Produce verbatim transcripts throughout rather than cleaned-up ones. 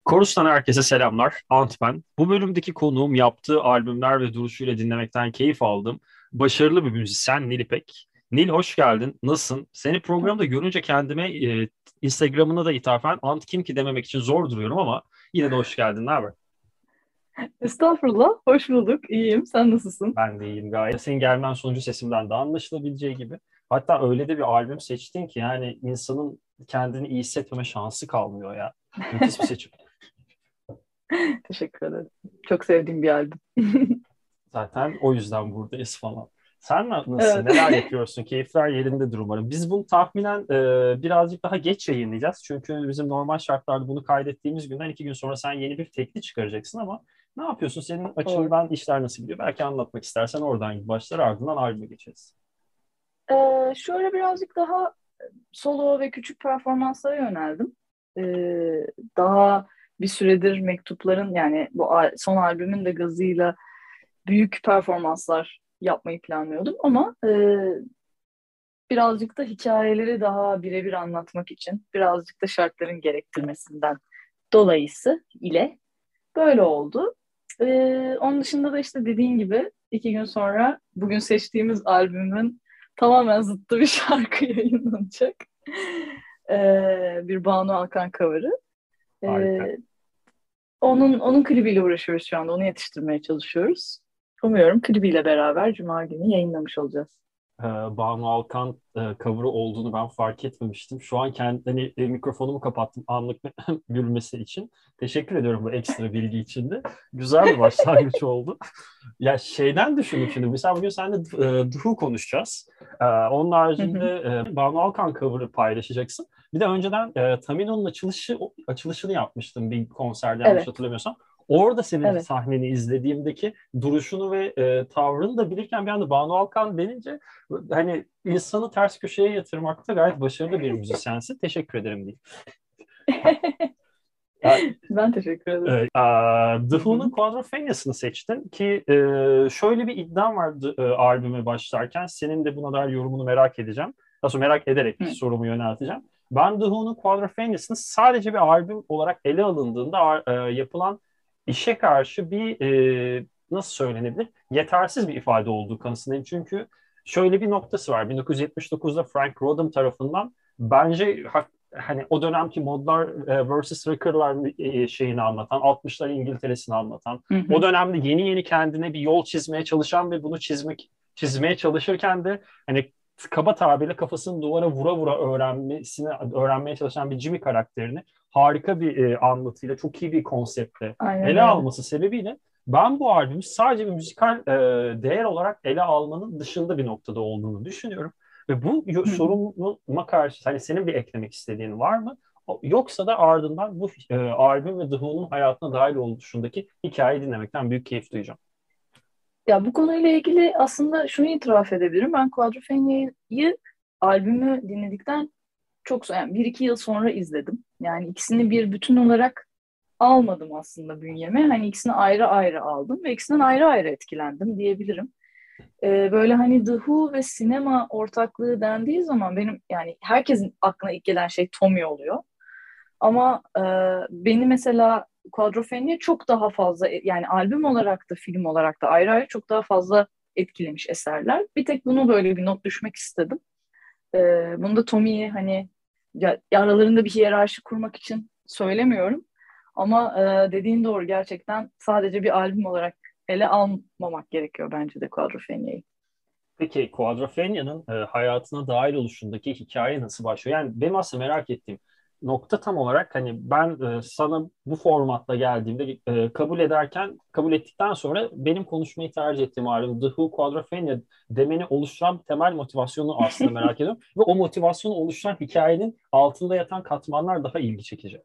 Korus'tan herkese selamlar. Ant ben. Bu bölümdeki konuğum yaptığı albümler ve duruşuyla dinlemekten keyif aldım. Başarılı bir müzisyen Nil İpek. Nil hoş geldin. Nasılsın? Seni programda görünce kendime e, Instagram'ına da ithafen Ant kim ki dememek için zor duruyorum ama yine de hoş geldin. Ne haber? Estağfurullah, hoş bulduk. İyiyim. Sen nasılsın? Ben de iyiyim gayet. Senin gelmen sonucu sesimden de anlaşılabileceği gibi. Hatta öyle de bir albüm seçtin ki yani insanın kendini iyi hissetmeme şansı kalmıyor ya. Nefis bir seçim. Teşekkür ederim. Çok sevdiğim bir albüm. Zaten o yüzden buradayız falan. Sen na- nasılsın? Evet. Neler yapıyorsun? Keyifler yerindedir umarım. Biz bunu tahminen e, birazcık daha geç yayınlayacağız. Çünkü bizim normal şartlarda bunu kaydettiğimiz günden iki gün sonra sen yeni bir tekli çıkaracaksın ama ne yapıyorsun? Senin Doğru. açından işler nasıl gidiyor? Belki anlatmak istersen oradan başlar ardından albüme geçeriz. Ee, şöyle birazcık daha solo ve küçük performanslara yöneldim. Ee, daha bir süredir mektupların yani bu al- son albümün de gazıyla büyük performanslar yapmayı planlıyordum ama e, birazcık da hikayeleri daha birebir anlatmak için birazcık da şartların gerektirmesinden dolayısı ile böyle oldu. Ee, onun dışında da işte dediğin gibi iki gün sonra bugün seçtiğimiz albümün tamamen zıttı bir şarkı yayınlanacak. Ee, bir Banu Alkan cover'ı. Harika. Ee, onun onun klibiyle uğraşıyoruz şu anda. Onu yetiştirmeye çalışıyoruz. Umuyorum klibiyle beraber Cuma günü yayınlamış olacağız. e, Banu Alkan e, cover'ı olduğunu ben fark etmemiştim. Şu an kendi hani, e, mikrofonumu kapattım anlık gülmesi için. Teşekkür ediyorum bu ekstra bilgi için de. Güzel bir başlangıç oldu. Ya şeyden düşündüm şimdi. Mesela bugün seninle e, The Who konuşacağız. E, onun Hı haricinde hı. e, Banu Alkan cover'ı paylaşacaksın. Bir de önceden e, Tamino'nun açılışı, açılışını yapmıştım bir konserde yanlış Evet, hatırlamıyorsam. Orada senin evet. sahneni izlediğimdeki duruşunu ve e, tavrını da bilirken bir anda Banu Alkan denince hani insanı ters köşeye yatırmakta gayet başarılı bir müzisyensin. Teşekkür ederim diyeyim. Ya, Ben teşekkür ederim. e, a, The Hı Who'nun hı. Quadrophenia'sını seçtin ki e, şöyle bir iddiam vardı e, albüme başlarken. Senin de buna dair yorumunu merak edeceğim. Daha sonra merak ederek Hı sorumu yönelteceğim. Ben The Who'nun Quadrophenia'sını sadece bir albüm olarak ele alındığında a- e, yapılan işe karşı bir e, nasıl söylenebilir? Yetersiz bir ifade olduğu kanısındayım. Çünkü şöyle bir noktası var. bin dokuz yüz yetmiş dokuzda Frank Rodham tarafından bence hak- hani o dönemki modlar e, versus rocker'lar e, şeyini anlatan, altmışlar İngiltere'sini anlatan, hı. o Hı. dönemde yeni yeni kendine bir yol çizmeye çalışan ve bunu çizmek çizmeye çalışırken de hani kaba tabirle kafasını duvara vura vura öğrenmesini öğrenmeye çalışan bir Jimmy karakterini harika bir e, anlatıyla çok iyi bir konseptle Aynen ele öyle. alması sebebiyle ben bu albümü sadece bir müzikal e, değer olarak ele almanın dışında bir noktada olduğunu düşünüyorum. Ve bu yo- Hı hı. sorunuma karşı hani senin bir eklemek istediğin var mı? O- Yoksa da ardından bu e, albüm ve The Who'nun hayatına dahil oluşundaki hikayeyi dinlemekten büyük keyif duyacağım. Ya bu konuyla ilgili aslında şunu itiraf edebilirim. Ben Quadrophenia'yı albümü dinledikten çok sonra, yani bir iki yıl sonra izledim. Yani ikisini bir bütün olarak almadım aslında bünyeme. Hani ikisini ayrı ayrı aldım ve ikisinden ayrı ayrı etkilendim diyebilirim. Ee, böyle hani The Who ve sinema ortaklığı dendiği zaman benim yani herkesin aklına ilk gelen şey Tommy oluyor. Ama e, beni mesela Quadrophenia çok daha fazla yani albüm olarak da film olarak da ayrı ayrı çok daha fazla etkilemiş eserler. Bir tek bunu böyle bir not düşmek istedim. E, bunu da Tommy'ye hani ya, aralarında bir hiyerarşi kurmak için söylemiyorum. Ama e, dediğin doğru gerçekten sadece bir albüm olarak ele almamak gerekiyor bence de Quadrophenia'yı. Peki Quadrophenia'nın e, hayatına dahil oluşundaki hikaye nasıl başlıyor? Yani benim aslında merak ettiğim nokta tam olarak hani ben e, sana bu formatla geldiğimde e, kabul ederken kabul ettikten sonra benim konuşmayı tercih ettiğim albüm The Who Quadrophenia demeni oluşturan temel motivasyonu aslında merak ediyorum. Ve o motivasyonu oluşturan hikayenin altında yatan katmanlar daha ilgi çekici.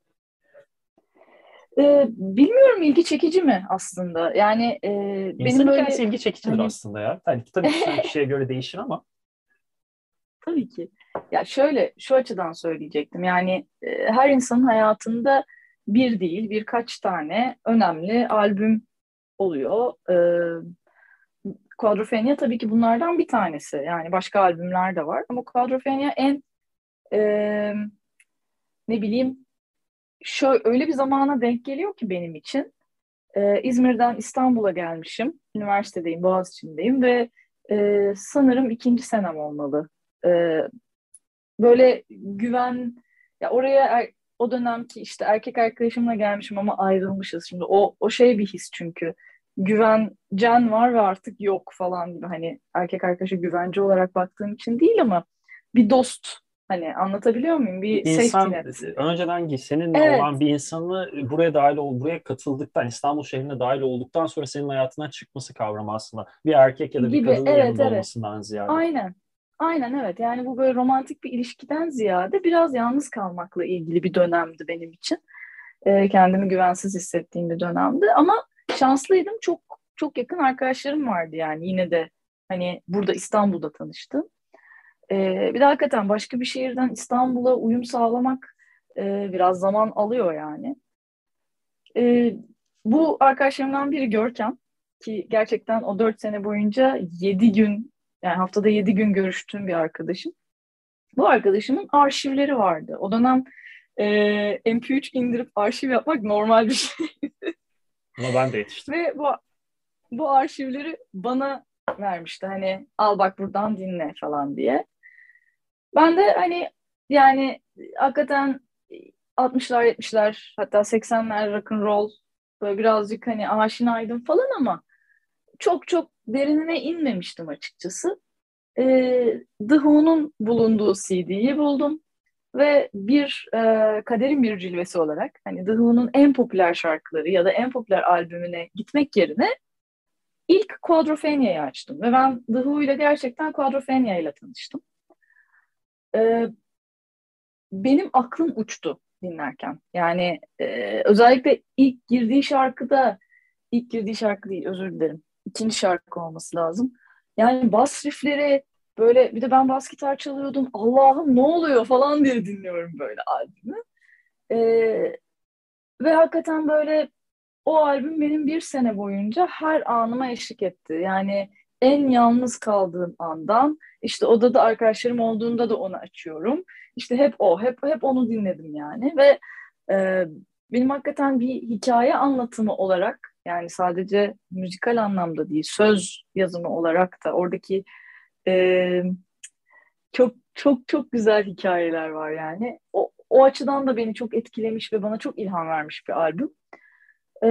E, bilmiyorum ilgi çekici mi aslında? Yani e, İnsan benim hikayesi böyle ilgi çekicidir hani aslında ya. Yani, tabii kişiden kişiye göre değişir ama tabii ki. Ya şöyle, şu açıdan söyleyecektim. Yani e, her insanın hayatında bir değil, birkaç tane önemli albüm oluyor. E, Quadrophenia tabii ki bunlardan bir tanesi. Yani başka albümler de var. Ama Quadrophenia en e, ne bileyim şöyle öyle bir zamana denk geliyor ki benim için. Ee, İzmir'den İstanbul'a gelmişim. Üniversitedeyim, Boğaziçi'ndeyim ve e, sanırım ikinci senem olmalı. Ee, Böyle güven, ya oraya er- o dönemki işte erkek arkadaşımla gelmişim ama ayrılmışız. Şimdi o o şey bir his çünkü güvencen var ve artık yok falan gibi, hani erkek arkadaşa güvence olarak baktığım için değil ama bir dost, hani anlatabiliyor muyum? Bir Bir safety insan net. önceden seninle Evet olan bir insanı buraya dahil ol, buraya katıldıktan, İstanbul şehrine dahil olduktan sonra senin hayatından çıkması kavramı aslında. Bir erkek ya da bir gibi, kadının evet yanında evet, olmasından ziyade. aynen. Aynen evet, yani bu böyle romantik bir ilişkiden ziyade biraz yalnız kalmakla ilgili bir dönemdi benim için. E, kendimi güvensiz hissettiğim bir dönemdi. Ama şanslıydım. Çok çok yakın arkadaşlarım vardı yani yine de, hani burada İstanbul'da tanıştım. E, bir de hakikaten başka bir şehirden İstanbul'a uyum sağlamak e, biraz zaman alıyor yani. E, Bu arkadaşlarımdan biri Görkem, ki gerçekten o dört sene boyunca yedi gün, yani haftada yedi gün görüştüğüm bir arkadaşım. Bu arkadaşımın arşivleri vardı. O dönem e, M P üç indirip arşiv yapmak normal bir şey. Ama ben de yetiştim. Ve bu bu arşivleri bana vermişti. Hani al bak buradan dinle falan diye. Ben de hani yani hakikaten altmışlar yetmişler hatta seksenler rock and roll böyle birazcık hani aşinaydım falan ama çok çok derinine inmemiştim açıkçası. Ee, The Who'nun bulunduğu C D'yi buldum ve bir e, kaderin bir cilvesi olarak hani The Who'nun en popüler şarkıları ya da en popüler albümüne gitmek yerine İlk Quadrophenia'yı açtım ve ben The Who ile gerçekten Quadrophenia ile tanıştım. Ee, Benim aklım uçtu dinlerken. Yani e, özellikle ilk girdiği şarkıda, ilk girdiği şarkı değil, özür dilerim. İkinci şarkı olması lazım. Yani bas riffleri böyle, bir de ben bas gitar çalıyordum. Allah'ım ne oluyor falan diye dinliyorum böyle albümü. Ee, Ve hakikaten böyle o albüm benim bir sene boyunca her anıma eşlik etti. Yani en yalnız kaldığım andan, işte odada arkadaşlarım olduğunda da onu açıyorum. İşte hep o, hep hep onu dinledim yani ve e, benim hakikaten bir hikaye anlatımı olarak, yani sadece müzikal anlamda değil, söz yazımı olarak da oradaki e, çok çok çok güzel hikayeler var yani. O, o açıdan da beni çok etkilemiş ve bana çok ilham vermiş bir albüm. E,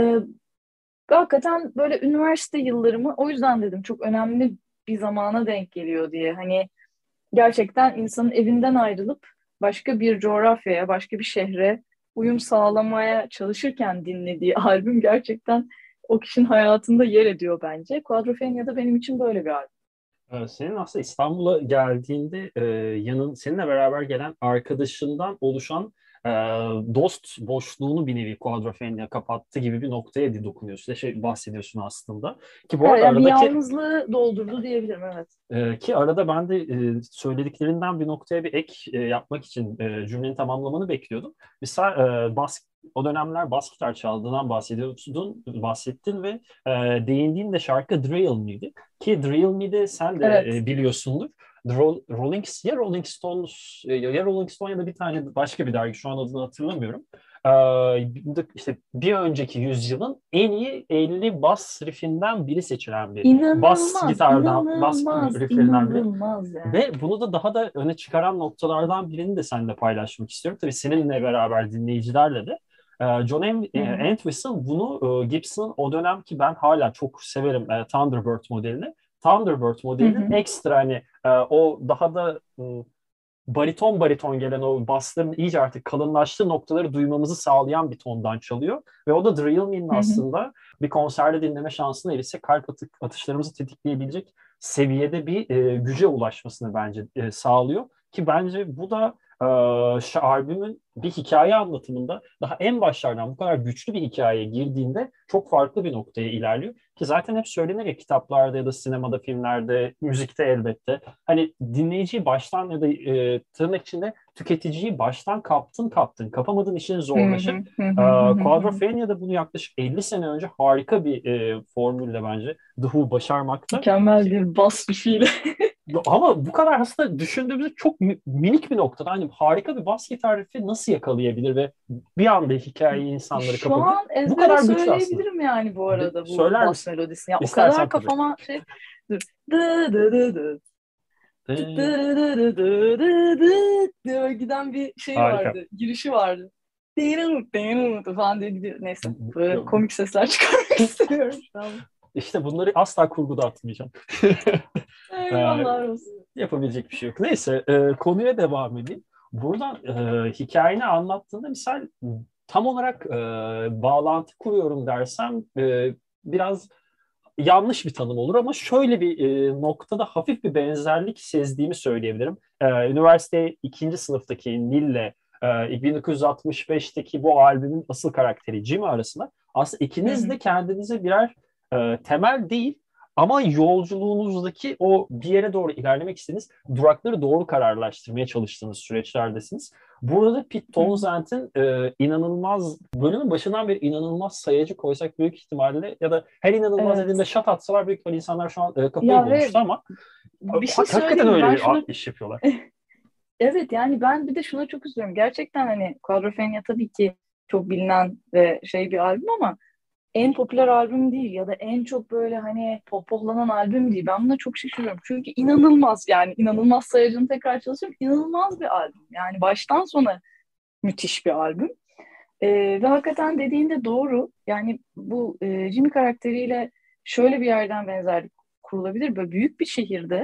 Ve hakikaten böyle üniversite yıllarımı o yüzden dedim çok önemli bir zamana denk geliyor diye. Hani gerçekten insanın evinden ayrılıp başka bir coğrafyaya, başka bir şehre uyum sağlamaya çalışırken dinlediği albüm gerçekten o kişinin hayatında yer ediyor bence. Quadrophenia da benim için böyle bir albüm. Ee, Senin aslında İstanbul'a geldiğinde e, yanın seninle beraber gelen arkadaşından oluşan e, dost boşluğunu bir nevi Quadrophenia kapattı gibi bir noktaya di- dokunuyorsun. İşte şey bahsediyorsun aslında. Ki bu Evet, arada yani bir aradaki yalnızlığı doldurdu diyebilirim, evet. Ee, ki arada ben de e, söylediklerinden bir noktaya bir ek e, yapmak için e, cümleni tamamlamanı bekliyordum. Mesela e, bas, o dönemler bas gitar çaldığından bahsediyordun, bahsettin ve e, değindiğin de şarkı Drill Me'di. Ki Drill Me'de sen de Evet. e, biliyorsundur. The Ro- Rolling, ya Rolling Stones e, ya Rolling Stone ya da bir tane başka bir dergi şu an adını hatırlamıyorum. Ee, işte bir önceki yüzyılın en iyi elli bas riffinden biri seçilen bir bas İnanılmaz, gitardan, bas inanılmaz, rifflerinden biri. inanılmaz yani. Ve bunu da daha da öne çıkaran noktalardan birini de seninle paylaşmak istiyorum. Tabii seninle beraber dinleyicilerle de. Ee, John Em- Hı e, hı. Entwistle bunu e, Gibson'ın o dönem ki ben hala çok severim e, Thunderbird modelini. Thunderbird Hı modelinin hı. ekstra hani e, o daha da e, bariton bariton gelen o basların iyice artık kalınlaştığı noktaları duymamızı sağlayan bir tondan çalıyor. Ve o da Drill Me'nin Hı hı. aslında bir konserde dinleme şansına erişse kalp atı- atışlarımızı tetikleyebilecek seviyede bir e, güce ulaşmasını bence e, sağlıyor. Ki bence bu da e, şu albümün bir hikaye anlatımında daha en başlardan bu kadar güçlü bir hikayeye girdiğinde çok farklı bir noktaya ilerliyor. Ki zaten hep söylenir ya kitaplarda ya da sinemada, filmlerde, müzikte elbette. Hani dinleyiciyi baştan ya da e, tırnak içinde tüketiciyi baştan kaptın kaptın. Kapamadığın işin Hı zorlaşır. hı. Hı E, hı. Hı hı. Hı hı. Quadrophenia da bunu yaklaşık elli sene önce harika bir e, formülle bence The Who başarmakta. Mükemmel bir bas bir fiil. Ama bu kadar aslında düşündüğümüzde çok mi- minik bir noktada hani harika bir bas gitar riff'i nasıl yakalayabilir ve bir anda hikayeyi insanları Şu kapabilir? an Bu ezbere kadar güçlü aslında. söyleyebilirim yani bu De- arada bu söyler bas misin? melodisini. Ya o kadar İstersen tabii. kafama şey dur. Dı dı dı dı. Dı Ee, dı dı dı dı dı dı diye böyle giden bir şey harika. vardı. Girişi vardı. Ding ding falan diye gidiyor. Neyse. Böyle Yok. komik sesler çıkarmak istemiyorum şu an. İşte bunları asla kurguda atmayacağım. Ee, Eyvallah olsun. yapabilecek bir şey yok. Neyse, e, konuya devam edeyim. Buradan e, hikayeni anlattığında misal tam olarak e, bağlantı kuruyorum dersem e, biraz yanlış bir tanım olur ama şöyle bir e, noktada hafif bir benzerlik sezdiğimi söyleyebilirim. E, üniversite ikinci sınıftaki Nil'le e, bin dokuz yüz altmış beşteki bu albümün asıl karakteri Jimmy arasında aslında Hı ikiniz hı. de kendinize birer e, temel değil ama yolculuğunuzdaki o bir yere doğru ilerlemek istediğiniz durakları doğru kararlaştırmaya çalıştığınız süreçlerdesiniz. Burada Pete Hı hı. Townshend'in e, inanılmaz bölümün başından beri inanılmaz sayacı koysak büyük ihtimalle ya da her inanılmaz dediğimde Evet. şat atsalar büyük ihtimalle insanlar şu an e, kafayı Ya ve bulmuştu ama bir ha- şey hakikaten söyleyeyim mi? öyle Ben bir a- şunu iş yapıyorlar. evet yani ben bir de şuna çok üzülüyorum. Gerçekten hani Quadrophenia tabii ki çok bilinen ve şey bir albüm ama en popüler albüm değil ya da en çok böyle hani pohpohlanan albüm değil. Ben buna çok şaşırıyorum. Çünkü inanılmaz yani inanılmaz sayacını tekrar çalışıyorum. İnanılmaz bir albüm. Yani baştan sona müthiş bir albüm. Ee, ve hakikaten dediğinde doğru. Yani bu e, Jimmy karakteriyle şöyle bir yerden benzerlik kurulabilir. Böyle büyük bir şehirde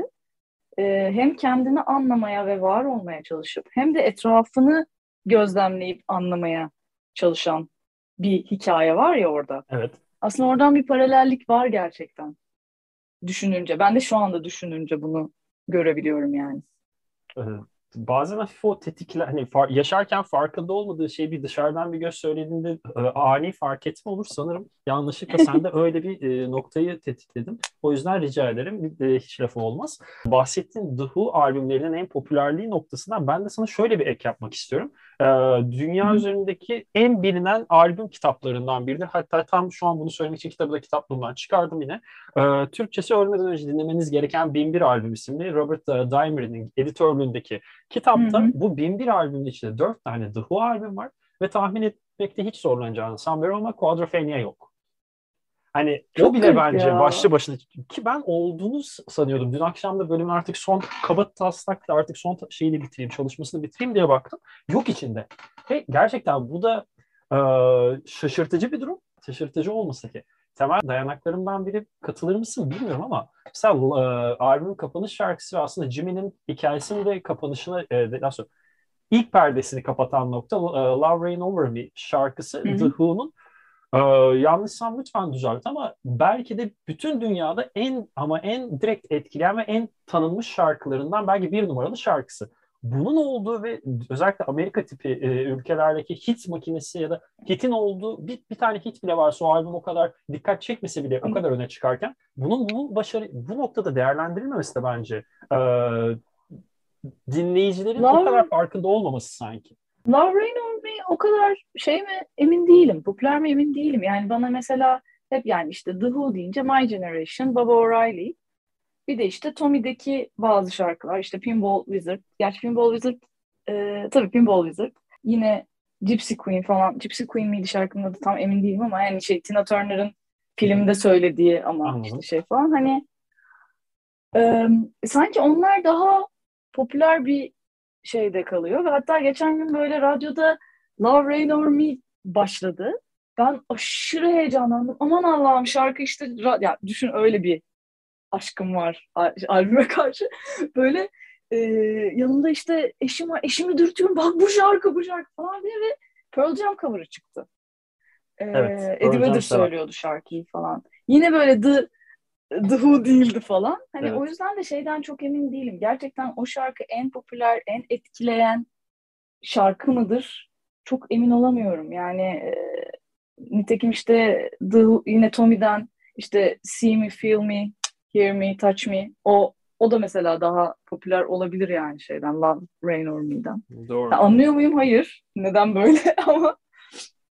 e, hem kendini anlamaya ve var olmaya çalışıp hem de etrafını gözlemleyip anlamaya çalışan bir hikaye var ya orada. Evet. Aslında oradan bir paralellik var gerçekten düşününce. Ben de şu anda düşününce bunu görebiliyorum yani. Ee, bazen hafif o tetikler hani far- yaşarken farkında olmadığı şeyi bir dışarıdan bir göz söylediğinde e, ani fark etme olur sanırım. Yanlışlıkla sen de öyle bir e, noktayı tetikledim. O yüzden rica ederim. Bir, e, hiç lafı olmaz. Bahsettiğin The Who albümlerinin en popülerliği noktasından ben de sana şöyle bir ek yapmak istiyorum. Ee, Hı dünya hı. üzerindeki en bilinen albüm kitaplarından biridir. Hatta tam şu an bunu söylemek için kitabı da kitaplığımdan çıkardım yine. Ee, Türkçesi ölmeden önce dinlemeniz gereken bin bir albüm isimli Robert e, Dimery'nin editörlüğündeki Hı kitapta hı. bu bin bir albümün içinde dört tane The Who albüm var ve tahmin etmekte hiç zorlanacağını sanmıyorum ama Quadrophenia yok. Hani o Çok bile garip bence ya. başlı başına ki ben olduğunu sanıyordum. Dün akşam da bölümün artık son kaba taslakla artık son ta- şeyini bitireyim, çalışmasını bitireyim diye baktım. Yok içinde. Ve gerçekten bu da e, şaşırtıcı bir durum. Şaşırtıcı olmasa ki. Temel dayanaklarımdan biri katılır mısın bilmiyorum ama mesela e, albümün kapanış şarkısı ve aslında Jimmy'nin hikayesinin de kapanışına e, daha sonra ilk perdesini kapatan nokta e, Love Reign Over Me Hı şarkısı The hı. Who'nun ee, yanlışsam lütfen düzelt ama belki de bütün dünyada en ama en direkt etkileyen ve en tanınmış şarkılarından belki bir numaralı şarkısı. Bunun olduğu ve özellikle Amerika tipi e, ülkelerdeki hit makinesi ya da hitin olduğu bir, bir tane hit bile varsa o albüm o kadar dikkat çekmese bile o kadar öne çıkarken bunun bu başarı bu noktada değerlendirilmemesi de bence e, dinleyicilerin o kadar Love, farkında olmaması sanki. Love Rain On Me o kadar şey mi emin değilim. Popüler mi emin değilim. Yani bana mesela hep yani işte The Who deyince My Generation, Baba O'Reilly. Bir de işte Tommy'deki bazı şarkılar. İşte Pinball Wizard. Gerçi Pinball Wizard e, tabii Pinball Wizard. Yine Gypsy Queen falan. Gypsy Queen miydi şarkının adı tam emin değilim ama yani şey Tina Turner'ın Hı hı, filmde söylediği ama işte anladım. şey falan. Hani e, sanki onlar daha popüler bir şeyde kalıyor. Ve hatta geçen gün böyle radyoda Love Rain Over Me başladı. Ben aşırı heyecanlandım. Aman Allah'ım şarkı işte ra- ya düşün öyle bir aşkım var al- albüme karşı. Böyle e, yanımda işte eşim var. Eşimi dürtüyorum. Bak bu şarkı bu şarkı falan diye ve Pearl Jam cover'ı çıktı. E, Evet, Eddie Pearl Vedder Jam sever. söylüyordu şarkıyı falan. Yine böyle The, The Who değildi falan. Hani o Evet. yüzden de şeyden çok emin değilim. Gerçekten o şarkı en popüler, en etkileyen şarkı mıdır? Çok emin olamıyorum. Yani e, nitekim işte The, yine Tommy'den işte See Me, Feel Me, Hear Me, Touch Me o o da mesela daha popüler olabilir yani şeyden Love Rain or Me'den. Ha, Doğru. anlıyor muyum? Hayır. Neden böyle ama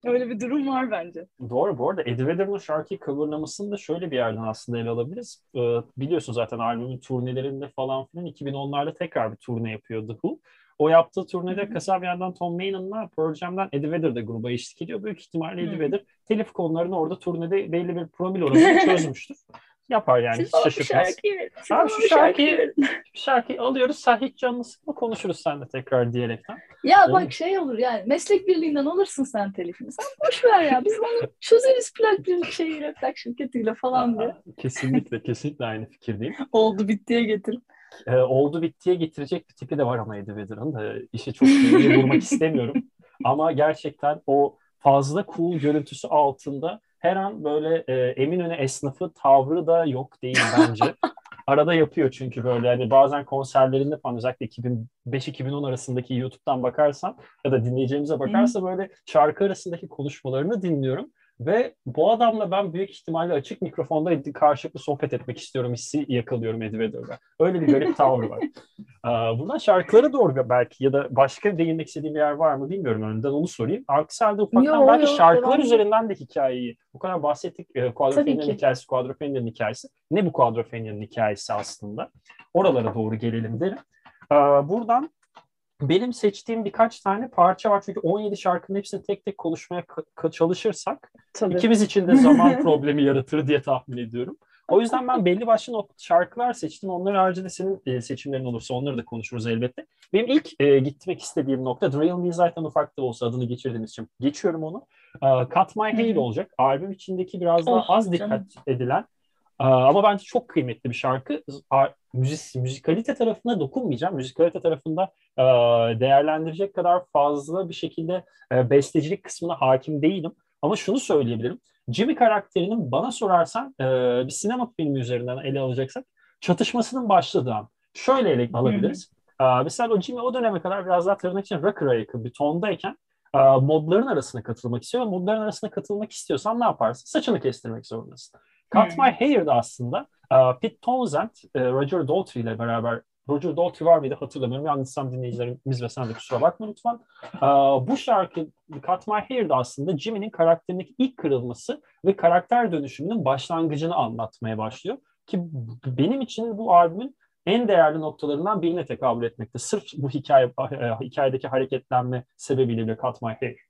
Öyle bir durum var bence. Doğru. Bu arada Eddie Vedder'ın şarkıyı coverlamasını da şöyle bir yerden aslında ele alabiliriz. Ee, biliyorsun zaten albümün turnelerinde falan filan iki bin onlarda tekrar bir turne yapıyor The Who. O yaptığı Hı turnede hı. kısa bir yandan Tom Maynard'la Pearl Jam'den Eddie Vedder de gruba eşlik ediyor. Büyük ihtimalle Eddie Hı. Vedder telif konularını orada turnede belli bir promil oranında çözmüştür. Yapar yani, Siz hiç bana bu şaşırtmaz. şarkıyı verin. Siz Abi şu bana bu şarkıyı şarkıyı verin. şu şarkıyı alıyoruz, sen hiç canını sıkma, konuşuruz seninle tekrar diyerekten. Ya bak Oğlum, şey olur yani meslek birliğinden alırsın sen telifini. Sen boş ver ya. Biz onu çözeriz plak bir şeyiyle plak şirketiyle falan diye. aa, kesinlikle kesinlikle aynı fikirdeyim. Oldu bittiye getir. E, oldu bittiye getirecek bir tipi de var ama Eddie Vedder'ın. E, işi çok iyiye vurmak istemiyorum. Ama gerçekten o fazla cool görüntüsü altında her an böyle e, Eminönü esnafı tavrı da yok değil bence. Arada yapıyor çünkü böyle hani bazen konserlerinde falan, özellikle iki bin beş iki bin on arasındaki YouTube'dan bakarsan ya da dinleyeceğimize Hı hı. bakarsa böyle şarkı arasındaki konuşmalarını dinliyorum. Ve bu adamla ben büyük ihtimalle açık mikrofonda karşılıklı sohbet etmek istiyorum hissi yakalıyorum Eddie Vedder'da. Öyle bir garip tavrı var. Aa, buradan şarkılara doğru belki ya da başka değinmek istediğim bir yer var mı bilmiyorum, önden onu sorayım. Aksel de ufaktan Yo belki yo şarkılar devam edelim. üzerinden de hikayeyi, bu kadar bahsettik, e, Tabii Quadrophenia'nın ki. hikayesi, Quadrophenia'nın hikayesi. Ne bu Quadrophenia'nın hikayesi aslında? Oralara doğru gelelim derim. Aa, buradan benim seçtiğim birkaç tane parça var. Çünkü on yedi şarkının hepsini tek tek konuşmaya ka- çalışırsak Tabii. ikimiz için de zaman problemi yaratır diye tahmin ediyorum. O yüzden ben belli başlı nok- şarkılar seçtim. Onlar haricinde senin e, seçimlerin olursa onları da konuşuruz elbette. Benim ilk e, gitmek istediğim nokta, The Real Me zaten ufak da olsa adını geçirdiğimiz için geçiyorum onu. E, Cut My Hı Hair hı. olacak. Albüm içindeki biraz daha Oh az dikkat canım. edilen Aa, ama bence çok kıymetli bir şarkı. A- Müzis, müzikalite tarafına dokunmayacağım. Müzikalite tarafında e, değerlendirecek kadar fazla bir şekilde e, bestecilik kısmına hakim değilim. Ama şunu söyleyebilirim. Jimmy karakterinin, bana sorarsan, e, bir sinema filmi üzerinden ele alacaksak, çatışmasının başladığı an. Şöyle ele Hı hı. alabiliriz. Aa, mesela o Jimmy o döneme kadar biraz daha tırnak için rocker'a yakın bir tondayken aa, modların arasına katılmak istiyor. Ve modların arasına katılmak istiyorsan ne yaparsın? Saçını kestirmek zorundasın. Cut My Hı. Hair'da aslında e, Pete Townsend, e, Roger Daltrey ile beraber, Roger Daltrey var mıydı hatırlamıyorum. Yanlışsam dinleyicilerimiz ve sen de kusura bakma lütfen. E, bu şarkı Cut My Hair'da aslında Jimmy'nin karakterindeki ilk kırılması ve karakter dönüşümünün başlangıcını anlatmaya başlıyor. Ki benim için bu albümün en değerli noktalarından birine tekabül etmekte. Sırf bu hikaye, e, hikayedeki hareketlenme sebebiyle bile Cut My Hair.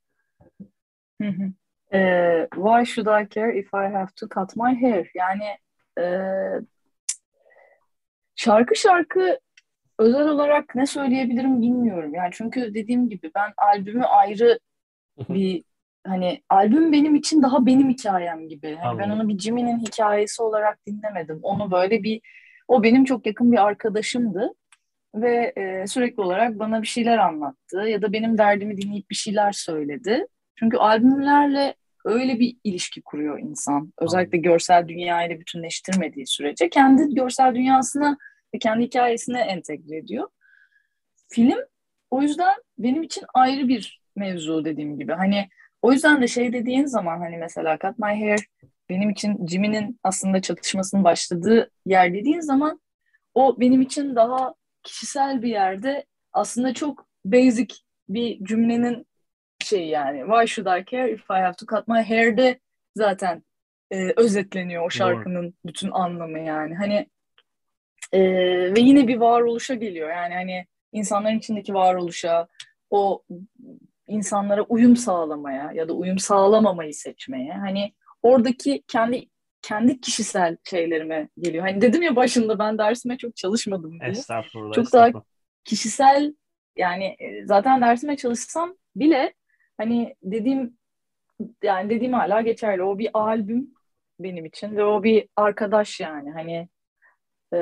Hı hı. Ee, why should I care if I have to cut my hair? Yani e, şarkı şarkı özel olarak ne söyleyebilirim bilmiyorum. Yani çünkü dediğim gibi ben albümü ayrı bir hani albüm benim için daha benim hikayem gibi. Hani ben Anladım. onu bir Jimmy'nin hikayesi olarak dinlemedim. Onu böyle bir o benim çok yakın bir arkadaşımdı ve e, sürekli olarak bana bir şeyler anlattı ya da benim derdimi dinleyip bir şeyler söyledi. Çünkü albümlerle öyle bir ilişki kuruyor insan. Anladım. Özellikle görsel dünyayla bütünleştirmediği sürece kendi görsel dünyasına ve kendi hikayesine entegre ediyor. Film o yüzden benim için ayrı bir mevzu dediğim gibi. Hani o yüzden de şey dediğin zaman hani mesela Cut My Hair benim için Jimmy'nin aslında çatışmasının başladığı yer dediğin zaman o benim için daha kişisel bir yerde aslında çok basic bir cümlenin şeyi yani. Why should I care if I have to cut my hair'de zaten e, özetleniyor o Doğru. şarkının bütün anlamı yani. Hani e, ve yine bir varoluşa geliyor. Yani hani insanların içindeki varoluşa, o insanlara uyum sağlamaya ya da uyum sağlamamayı seçmeye. Hani oradaki kendi kendi kişisel şeylerime geliyor. Hani dedim ya başında ben dersime çok çalışmadım diye. Estağfurullah, Çok daha estağfurullah. kişisel yani e, zaten dersime çalışsam bile hani dediğim yani dediğim hala geçerli. O bir albüm benim için ve o bir arkadaş yani. Hani e,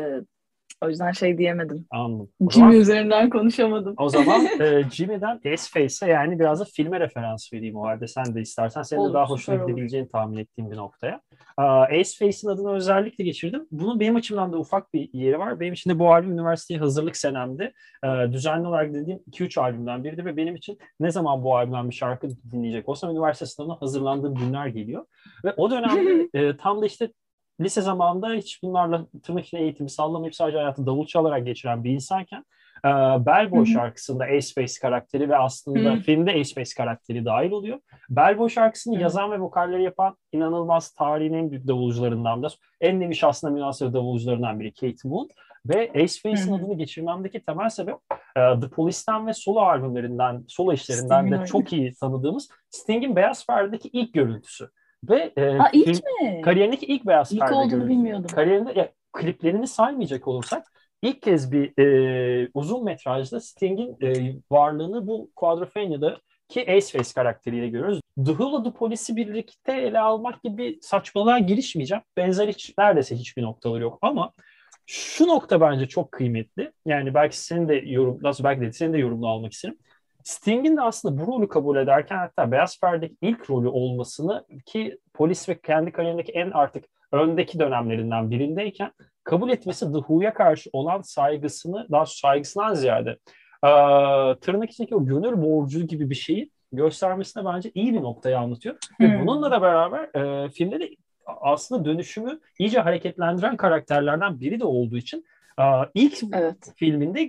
o yüzden şey diyemedim. Anladım. O Jimmy zaman üzerinden konuşamadım. O zaman e, Jimmy'den S-Face'e, yani biraz da filme referans vereyim o halde. Sen de istersen, senin de Olur, daha hoşuna süper olur. gidebileceğini tahmin ettiğim bir noktaya. Aa, S-Face'in adını özellikle geçirdim. Bunun benim açımdan da ufak bir yeri var. Benim için de bu albüm üniversiteye hazırlık senemdi. Ee, düzenli olarak dediğim iki üç albümden biriydi ve benim için ne zaman bu albümden bir şarkı dinleyecek olsam üniversite sınavına hazırlandığım günler geliyor. Ve o dönemde e, tam da işte lise zamanında hiç bunlarla tırnak içinde eğitimi sallamayıp sadece hayatı davul çalarak geçiren bir insanken Ee, Bell Hı Boy hı. şarkısında Ace Space karakteri ve aslında Hı filmde Ace Space karakteri dahil oluyor. Bell Boy şarkısını hı. yazan ve vokalleri yapan inanılmaz tarihin en büyük davulcularından da en nevi şahsına münhasır davulcularından biri Kate Moon. Ve Ace Hı Space'in hı. adını geçirmemdeki temel sebep e, The Police'ten ve solo albümlerinden, solo işlerinden Sting'in de oyunu. çok iyi tanıdığımız Sting'in Beyaz Perde'deki ilk görüntüsü. Ve e, Aa, ilk film mi? kariyerindeki ilk Beyaz İlk Perde olduğunu görüntüsü. bilmiyordum. Kariyerinde ya, kliplerini saymayacak olursak ilk kez bir e, uzun metrajda Sting'in e, varlığını bu Quadrophenia'daki Ace karakteriyle görüyoruz. The Who'la The Police'i birlikte ele almak gibi saçmalığa girişmeyeceğim. Benzer hiç, neredeyse hiçbir noktaları yok ama şu nokta bence çok kıymetli. Yani belki senin de yorum, nasıl belki de senin de yorumunu almak isterim. Sting'in de aslında bu rolü kabul ederken hatta Beyaz Perde'deki ilk rolü olmasını ki polis ve kendi kariyerindeki en artık öndeki dönemlerinden birindeyken kabul etmesi The Who'ya karşı olan saygısını daha saygısından ziyade e, tırnak içindeki o gönül borcu gibi bir şeyi göstermesine bence iyi bir noktayı anlatıyor. Ve bununla Hmm. da beraber e, filmde de aslında dönüşümü iyice hareketlendiren karakterlerden biri de olduğu için e, ilk Evet. filminde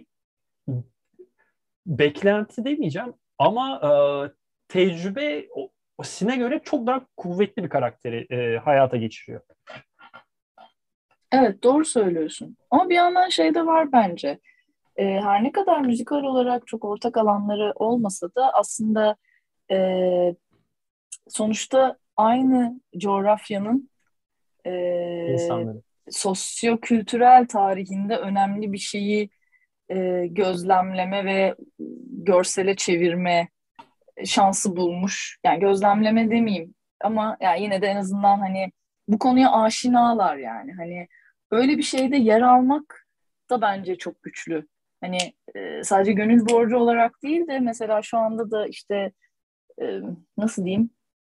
beklenti demeyeceğim ama e, tecrübe o, o sine göre çok daha kuvvetli bir karakteri e, hayata geçiriyor. Evet, doğru söylüyorsun. Ama bir yandan şey de var bence. Ee, her ne kadar müzikal olarak çok ortak alanları olmasa da aslında e, sonuçta aynı coğrafyanın e, İnsanları. sosyo-kültürel tarihinde önemli bir şeyi e, gözlemleme ve görsele çevirme şansı bulmuş. Yani gözlemleme demeyeyim ama yani yine de en azından hani bu konuya aşinalar yani. Hani öyle bir şeyde yer almak da bence çok güçlü. Hani e, sadece gönül borcu olarak değil de mesela şu anda da işte e, nasıl diyeyim,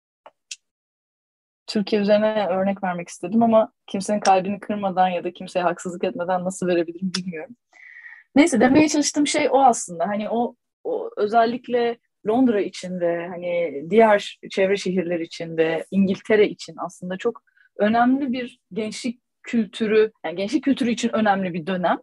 Türkiye üzerine örnek vermek istedim ama kimsenin kalbini kırmadan ya da kimseye haksızlık etmeden nasıl verebilirim bilmiyorum. Neyse, demeye çalıştığım şey o aslında. Hani o, o özellikle Londra için ve hani diğer çevre şehirler için ve İngiltere için aslında çok önemli bir gençlik kültürü, yani gençlik kültürü için önemli bir dönem.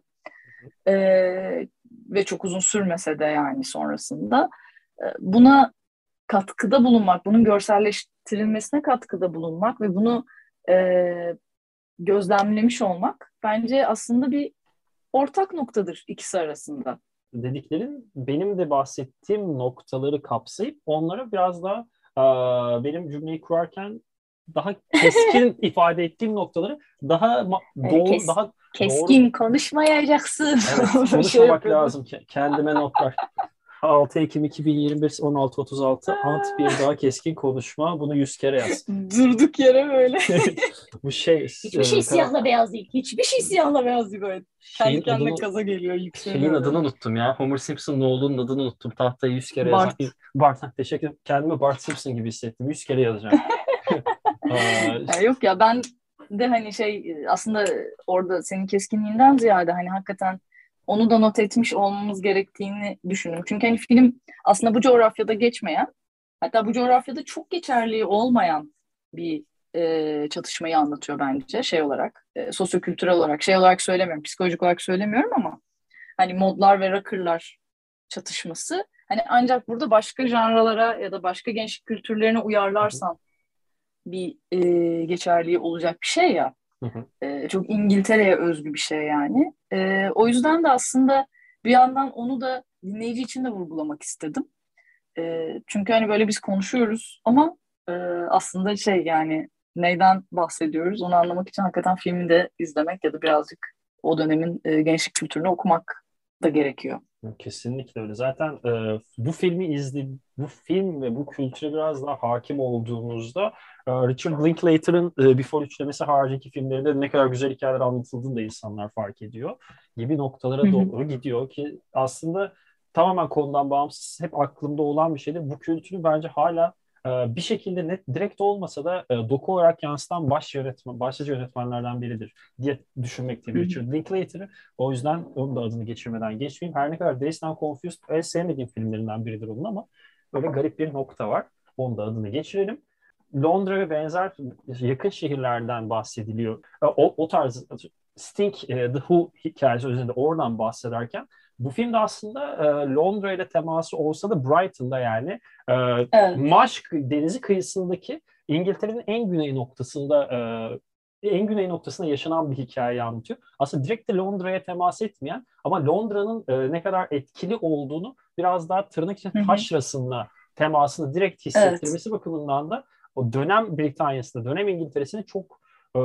Ee, ve çok uzun sürmese de yani sonrasında e, buna katkıda bulunmak, bunun görselleştirilmesine katkıda bulunmak ve bunu e, gözlemlemiş olmak bence aslında bir ortak noktadır ikisi arasında. Dediklerin benim de bahsettiğim noktaları kapsayıp onlara biraz daha e, benim cümleyi kurarken daha keskin ifade ettiğim noktaları daha ma- E, doğru kes, daha doğru keskin konuşmayacaksın. evet Şey konuşmamak yapıyordum. lazım. Ke- Kendime notlar. altı Ekim iki bin yirmi bir on altı otuz altı ant bir daha keskin konuşma. Bunu yüz kere yaz. Durduk yere böyle. Bu şey Hiçbir şey e, kara- siyahla beyaz değil. Hiçbir şey siyahla beyaz değil böyle. Kendi şeyin kendine adını gaza geliyor, şeyin yükseliyor adını böyle. unuttum ya. Homer Simpson'ın oğlunun adını unuttum. Tahtayı yüz kere yazan. Bart. Bart, teşekkür ederim. Kendimi Bart Simpson gibi hissettim. Yüz kere yazacağım. Aa, Ya yok ya, ben de hani şey aslında orada senin keskinliğinden ziyade hani hakikaten onu da not etmiş olmamız gerektiğini düşünüyorum. Çünkü hani film aslında bu coğrafyada geçmeyen, hatta bu coğrafyada çok geçerli olmayan bir e, çatışmayı anlatıyor bence şey olarak. E, sosyokültürel olarak, şey olarak söylemiyorum, psikolojik olarak söylemiyorum ama hani modlar ve rockerlar çatışması. Hani ancak burada başka janralara ya da başka gençlik kültürlerine uyarlarsan bir e, geçerliği olacak bir şey ya. E, çok İngiltere'ye özgü bir şey yani. E, o yüzden de aslında bir yandan onu da dinleyici için de vurgulamak istedim. E, çünkü hani böyle biz konuşuyoruz ama e, aslında şey yani neyden bahsediyoruz onu anlamak için hakikaten filmi de izlemek ya da birazcık o dönemin e, gençlik kültürünü okumak da gerekiyor. Kesinlikle öyle. Zaten e, bu filmi izle, bu film ve bu kültüre biraz daha hakim olduğumuzda e, Richard Linklater'ın e, Before üçlemesi haricindeki filmlerinde ne kadar güzel hikayeler anlatıldığını da insanlar fark ediyor gibi Hı noktalara hı. doğru gidiyor ki aslında tamamen konudan bağımsız hep aklımda olan bir şeydir. Bu kültürü bence hala e, bir şekilde net direkt olmasa da e, doku olarak yansıtan baş yönetmen, başlıca yönetmenlerden biridir diye düşünmekteyim Hı hı. Richard Linklater'ı. O yüzden onun da adını geçirmeden geçmeyeyim. Her ne kadar Dazed and Confused en sevmediğim filmlerinden biridir onun ama böyle garip bir nokta var. Onun da adını geçirelim. Londra ve benzer yakın şehirlerden bahsediliyor. O, o tarz Sting, e, The Who hikayesi üzerinde oradan bahsederken Bu filmde aslında e, Londra ile teması olsa da Brighton'da yani e, Evet. Manş denizi kıyısındaki İngiltere'nin en güney noktasında e, en güney noktasında yaşanan bir hikaye anlatıyor. Aslında direkt de Londra'ya temas etmeyen ama Londra'nın e, ne kadar etkili olduğunu biraz daha tırnak içinde Hı hı. taşrasında temasını direkt Evet. hissettirmesi bakımından da o dönem Britanya'sında, dönem İngiltere'sini çok e,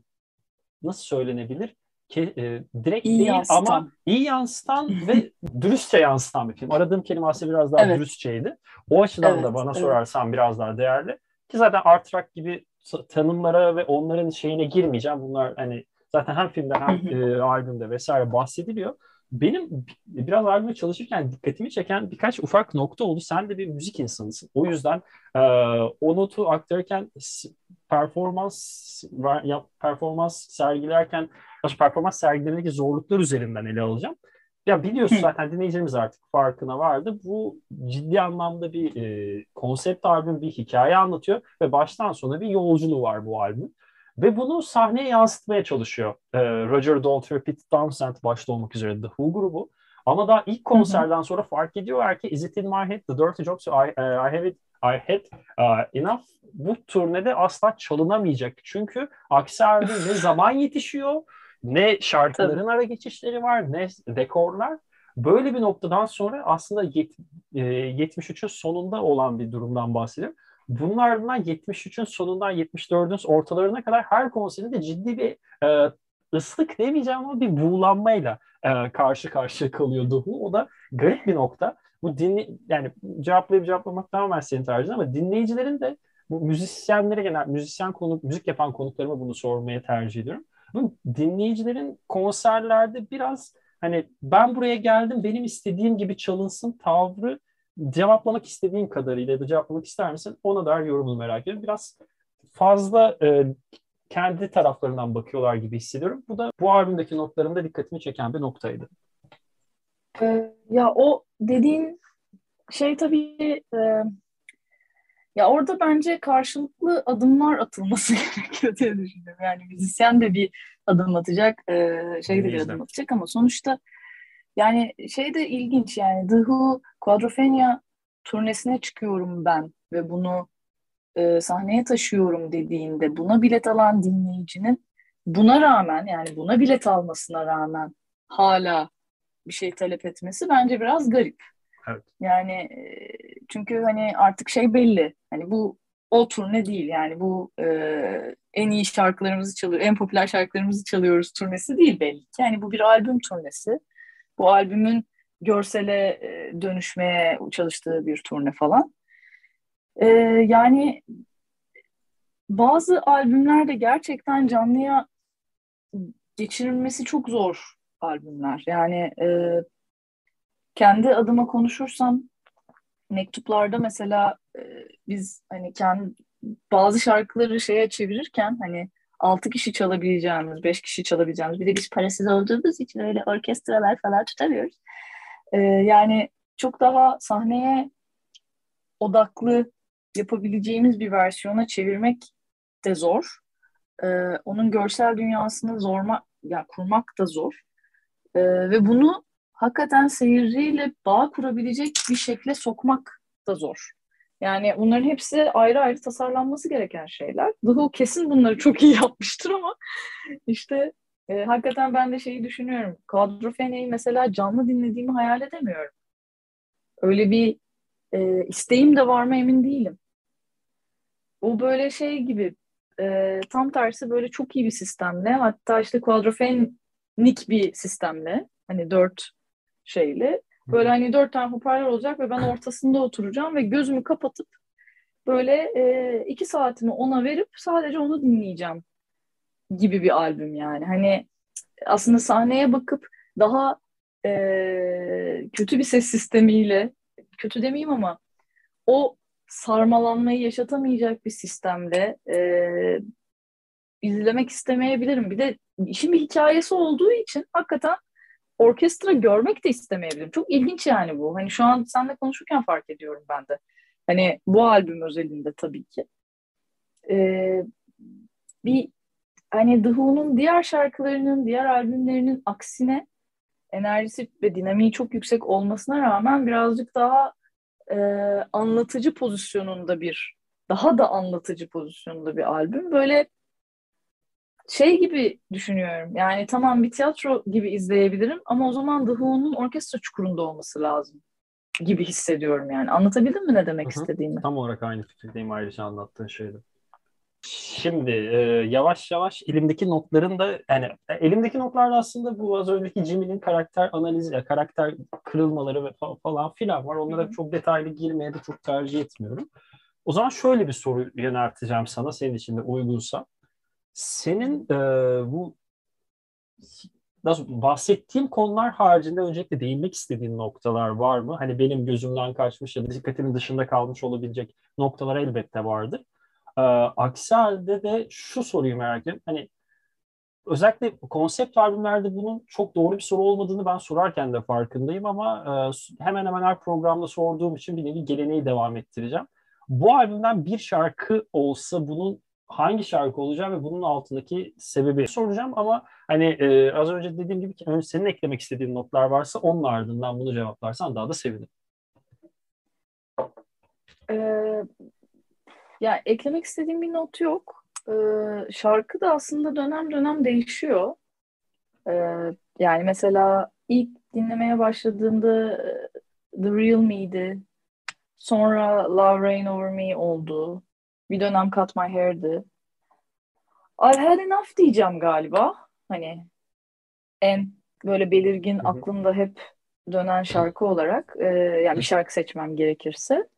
nasıl söylenebilir? Ke, e, direkt İyi değil ama yansıtan. iyi yansıtan ve dürüstçe yansıtan bir film. Aradığım kelime aslında biraz daha Evet. dürüstçeydi. O açıdan da Evet. bana Evet. sorarsan biraz daha değerli. Ki zaten art rock gibi tanımlara ve onların şeyine girmeyeceğim. Bunlar hani zaten hem filmde Hı hem hı. e, albümde vesaire bahsediliyor. Benim biraz albümde çalışırken dikkatimi çeken birkaç ufak nokta oldu. Sen de bir müzik insanısın. O yüzden e, o notu aktarırken performans yap, performans sergilerken baş performans sergilerindeki zorluklar üzerinden ele alacağım. Ya biliyorsun Hı zaten dinleyicilerimiz artık farkına vardı. Bu ciddi anlamda bir e, konsept albüm, bir hikaye anlatıyor ve baştan sona bir yolculuğu var bu albümün. Ve bunu sahneye yansıtmaya çalışıyor. E, Roger Daltrey, Pete Townshend başta olmak üzere The Who grubu. Ama daha ilk hı. Hı. konserden sonra fark ediyorlar ki Is It In My Head, The Dirty Jokes, I, uh, I Have It, I Had uh, Enough bu turnede asla çalınamayacak. Çünkü aksi halde ne zaman yetişiyor, ne Tabii. şarkıların ara geçişleri var, ne dekorlar. Böyle bir noktadan sonra aslında yet, e, yetmiş üçün sonunda olan bir durumdan bahsediyorum. Bunun ardından yetmiş üçün sonundan yetmiş dördün ortalarına kadar her konserinde ciddi bir e, ıslık demeyeceğim ama bir buğulanmayla e, karşı karşıya kalıyor Duhu. O da garip bir nokta. Bu dinle yani cevaplayıp cevaplamak tamamen senin tercihin ama dinleyicilerin de bu müzisyenlere genel müzisyen konu müzik yapan konuklarıma bunu sormaya tercih ediyorum. Bu dinleyicilerin konserlerde biraz hani ben buraya geldim benim istediğim gibi çalınsın tavrı cevaplamak istediğin kadarıyla ya da cevaplamak ister misin? Ona dair yorumunu merak ediyorum. Biraz fazla e, kendi taraflarından bakıyorlar gibi hissediyorum. Bu da bu albümdeki notlarımda dikkatimi çeken bir noktaydı. Ee, ya o dediğin şey tabii e, ya orada bence karşılıklı adımlar atılması gerekiyor diye düşünüyorum. Yani müzisyen de bir adım atacak, e, şey de bir Dinleyiciler. adım atacak ama sonuçta yani şey de ilginç yani The Who Quadrophenia turnesine çıkıyorum ben ve bunu e, sahneye taşıyorum dediğinde buna bilet alan dinleyicinin buna rağmen yani buna bilet almasına rağmen hala bir şey talep etmesi bence biraz garip. Evet. Yani e, çünkü hani artık şey belli. Hani bu o turne değil yani bu e, en iyi şarkılarımızı çalıyor, en popüler şarkılarımızı çalıyoruz turnesi değil belli ki. Yani bu bir albüm turnesi. Bu albümün görsele e, dönüşmeye çalıştığı bir turne falan. E, yani bazı albümlerde gerçekten canlıya geçirilmesi çok zor albümler. Yani e, kendi adıma konuşursam mektuplarda mesela e, biz hani kendi bazı şarkıları şeye çevirirken hani altı kişi çalabileceğimiz, beş kişi çalabileceğimiz bir de biz parasız olduğumuz için öyle orkestralar falan tutamıyoruz. E, yani çok daha sahneye odaklı yapabileceğimiz bir versiyona çevirmek de zor. E, onun görsel dünyasını zorma, ya kurmak da zor. E, ve bunu hakikaten seyirciyle bağ kurabilecek bir şekle sokmak da zor. Yani bunların hepsi ayrı ayrı tasarlanması gereken şeyler. The Who kesin bunları çok iyi yapmıştır ama işte e, hakikaten ben de şeyi düşünüyorum. Quadrophenia'yı mesela canlı dinlediğimi hayal edemiyorum. Öyle bir e, isteğim de var mı emin değilim. O böyle şey gibi e, tam tersi böyle çok iyi bir sistemle hatta işte quadrophenic bir sistemle hani dört şeyle Hı böyle hı. hani dört tane hoparlör olacak ve ben ortasında oturacağım ve gözümü kapatıp böyle e, iki saatimi ona verip sadece onu dinleyeceğim gibi bir albüm yani. Hani aslında sahneye bakıp daha e, kötü bir ses sistemiyle kötü demeyeyim ama o sarmalanmayı yaşatamayacak bir sistemle e, izlemek istemeyebilirim. Bir de işin bir hikayesi olduğu için hakikaten orkestra görmek de istemeyebilirim. Çok ilginç yani bu. Hani şu an seninle konuşurken fark ediyorum ben de. Hani bu albüm özelinde tabii ki. Ee, bir hani The Who'nun diğer şarkılarının, diğer albümlerinin aksine enerjisi ve dinamiği çok yüksek olmasına rağmen birazcık daha e, anlatıcı pozisyonunda bir, daha da anlatıcı pozisyonunda bir albüm. Böyle şey gibi düşünüyorum. Yani tamam bir tiyatro gibi izleyebilirim ama o zaman The Who'nun orkestra çukurunda olması lazım gibi hissediyorum yani. Anlatabildim mi ne demek Hı hı. istediğimi? Tam olarak aynı fikirdeyim ayrıca anlattığın şeyde. Şimdi e, yavaş yavaş elimdeki notların da yani e, elimdeki notlarda aslında bu az önceki Jimmy'nin karakter analizi, ya karakter kırılmaları ve fa- falan filan var. Hı Onlara hı. çok detaylı girmeye de çok tercih etmiyorum. O zaman şöyle bir soru yönelteceğim sana senin için de uygunsa. Hı hı. Senin e, bu nasıl bahsettiğim konular haricinde öncelikle değinmek istediğin noktalar var mı? Hani benim gözümden kaçmış ya da dikkatimin dışında kalmış olabilecek noktalar elbette vardır. Ee, aksi halde de şu soruyu merak ediyorum. Hani özellikle konsept albümlerde bunun çok doğru bir soru olmadığını ben sorarken de farkındayım ama e, hemen hemen her programda sorduğum için bir nevi geleneği devam ettireceğim. Bu albümden bir şarkı olsa bunun hangi şarkı olacak ve bunun altındaki sebebi soracağım ama hani e, az önce dediğim gibi ki önce senin eklemek istediğin notlar varsa onun ardından bunu cevaplarsan daha da sevinirim. Ee, Ya eklemek istediğim bir not yok. Ee, şarkı da aslında dönem dönem değişiyor. Ee, Yani mesela ilk dinlemeye başladığımda e, The Real Me'di. Sonra Love Reign Over Me oldu. Bir dönem Cut My Hair'di. I've Had Enough diyeceğim galiba. Hani en böyle belirgin Hı hı. aklımda hep dönen şarkı olarak. Ee, yani bir şarkı seçmem gerekirse.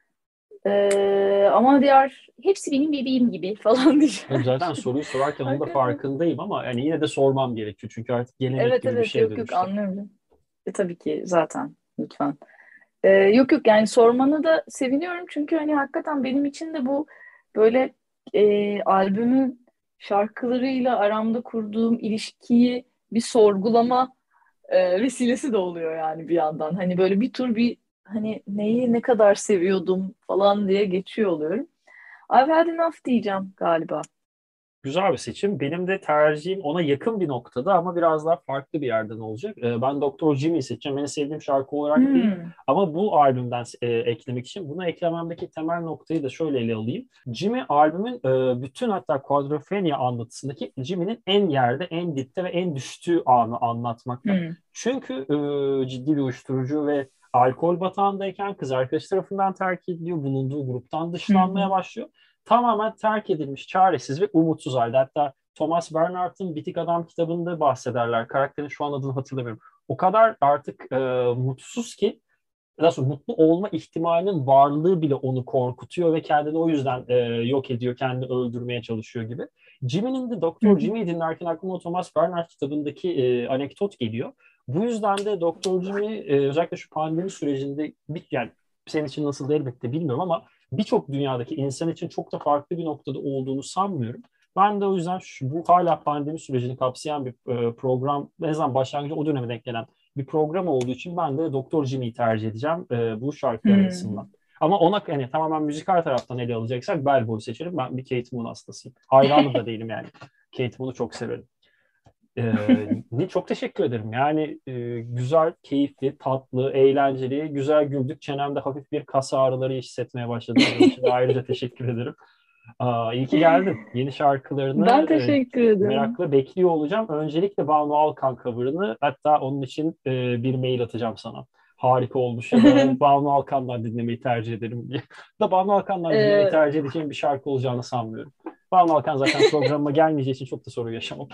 Ee, ama diğer hepsi benim bebeğim gibi falan Yok, diyeceğim. zaten soruyu sorarken onun da Hakikaten. farkındayım ama yani yine de sormam gerekiyor. Çünkü artık gelenek Evet gibi bir evet şeye yok yok dönüştü. anlıyorum. E, tabii ki zaten lütfen. Ee, yok yok yani sormanı da seviniyorum çünkü hani hakikaten benim için de bu böyle e, albümün şarkılarıyla aramda kurduğum ilişkiyi bir sorgulama e, vesilesi de oluyor yani bir yandan. Hani böyle bir tur bir hani neyi ne kadar seviyordum falan diye geçiyor oluyorum. I've had enough diyeceğim galiba. Güzel bir seçim. Benim de tercihim ona yakın bir noktada ama biraz daha farklı bir yerden olacak. Ee, ben Doktor Jimmy'yi seçeceğim. En sevdiğim şarkı olarak değil. Hmm. Ama bu albümden e, eklemek için bunu eklememdeki temel noktayı da şöyle ele alayım. Jimmy albümün e, bütün hatta Quadrophenia anlatısındaki Jimmy'nin en yerde, en dipte ve en düştüğü anı anlatmakta. Hmm. Çünkü e, ciddi bir uyuşturucu ve alkol batağındayken kız arkadaşı tarafından terk ediliyor. Bulunduğu gruptan Hı dışlanmaya hı. başlıyor, tamamen terk edilmiş, çaresiz ve umutsuz halde. Hatta Thomas Bernhard'ın Bitik Adam kitabında bahsederler. Karakterin şu an adını hatırlamıyorum. O kadar artık e, mutsuz ki nasıl mutlu olma ihtimalinin varlığı bile onu korkutuyor ve kendini o yüzden e, yok ediyor, kendini öldürmeye çalışıyor gibi. Jimmy'nin de Hı Doktor hı. Jimmy'yi dinlerken aklıma Thomas Bernhard kitabındaki e, anekdot geliyor. Bu yüzden de Doktor Jimmy e, özellikle şu pandemi sürecinde bir, yani senin için nasıl elbette bilmiyorum ama birçok dünyadaki insan için çok da farklı bir noktada olduğunu sanmıyorum. Ben de o yüzden şu, bu hala pandemi sürecini kapsayan bir e, program, ne zaman başlangıcı o döneme denk gelen bir program olduğu için ben de Doktor Jimmy'yi tercih edeceğim e, bu şarkılar arasından. Hmm. Ama ona yani tamamen müzikal taraftan ele alacaksak Bell Boy seçerim. Ben bir Kate Moon hastasıyım. Hayranı da değilim yani. Kate Moon'u çok severim. Ee, ne çok teşekkür ederim. Yani e, güzel, keyifli, tatlı, eğlenceli, güzel güldük. Çenemde hafif bir kas ağrıları hissetmeye başladım. Bunun için de ayrıca teşekkür ederim. Aa, iyi ki geldin. Yeni Ben şarkılarını e, teşekkür ederim. merakla bekliyor olacağım. Öncelikle Banu Alkan cover'ını, hatta onun için e, bir mail atacağım sana. Harika olmuş ya da Banu Alkan'dan dinlemeyi tercih ederim diye. Da Banu Alkan'dan dinlemeyi Ee, tercih edeceğim bir şarkı olacağını sanmıyorum. Banu Alkan zaten programıma gelmeyeceği için çok da sorun yaşamam.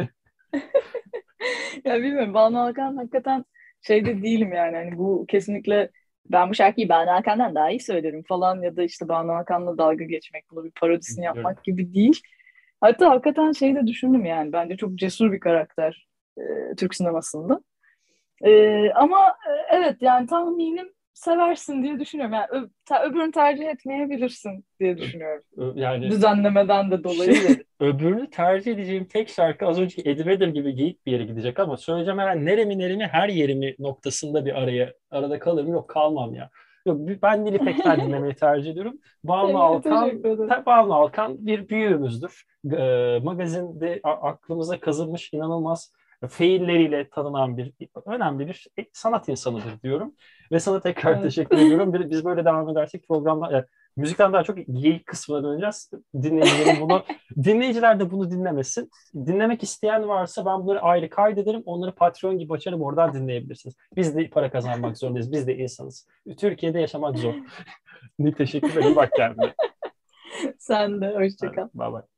Ya bilmiyorum Banu Alkan hakikaten şeyde değilim yani hani bu kesinlikle ben bu şarkıyı Banu Alkan'dan daha iyi söylerim falan ya da işte Banu Alkan'la dalga geçmek bunu bir parodisini Biliyorum. yapmak gibi değil. Hatta hakikaten şey de düşündüm yani bence çok cesur bir karakter e, Türk sinemasında. E, ama e, evet yani tahminim seversin diye düşünüyorum. Yani ö- ta- öbürünü tercih etmeyebilirsin diye Ö- düşünüyorum. ö- Yani Düzenlemeden de dolayı. şimdi öbürünü tercih edeceğim tek şarkı az önceki Eddie Vedder gibi geyik bir yere gidecek ama söyleyeceğim hemen neremi neremi her yerimi noktasında bir araya arada kalırım, yok kalmam ya. Yok, ben Nilipek'ten dinlemeyi tercih ediyorum. Banu Te- teşekkür Alkan, ederim. ta- Banu Alkan bir büyüğümüzdür. E, magazinde a- aklımıza kazınmış inanılmaz feilleriyle tanınan bir önemli bir sanat insanıdır diyorum. Ve sana tekrar Evet. teşekkür ediyorum. Biz böyle devam edersek programda yani müzikten daha çok geyik kısmına döneceğiz. Dinleyicilerin bunu dinleyiciler de bunu dinlemesin. Dinlemek isteyen varsa ben bunları ayrı kaydederim. Onları Patreon gibi açarım. Oradan dinleyebilirsiniz. Biz de para kazanmak zorundayız. Biz de insanız. Türkiye'de yaşamak zor. Teşekkür ederim. Bak kendine. Sen de hoşça Hadi, kal. bye bye.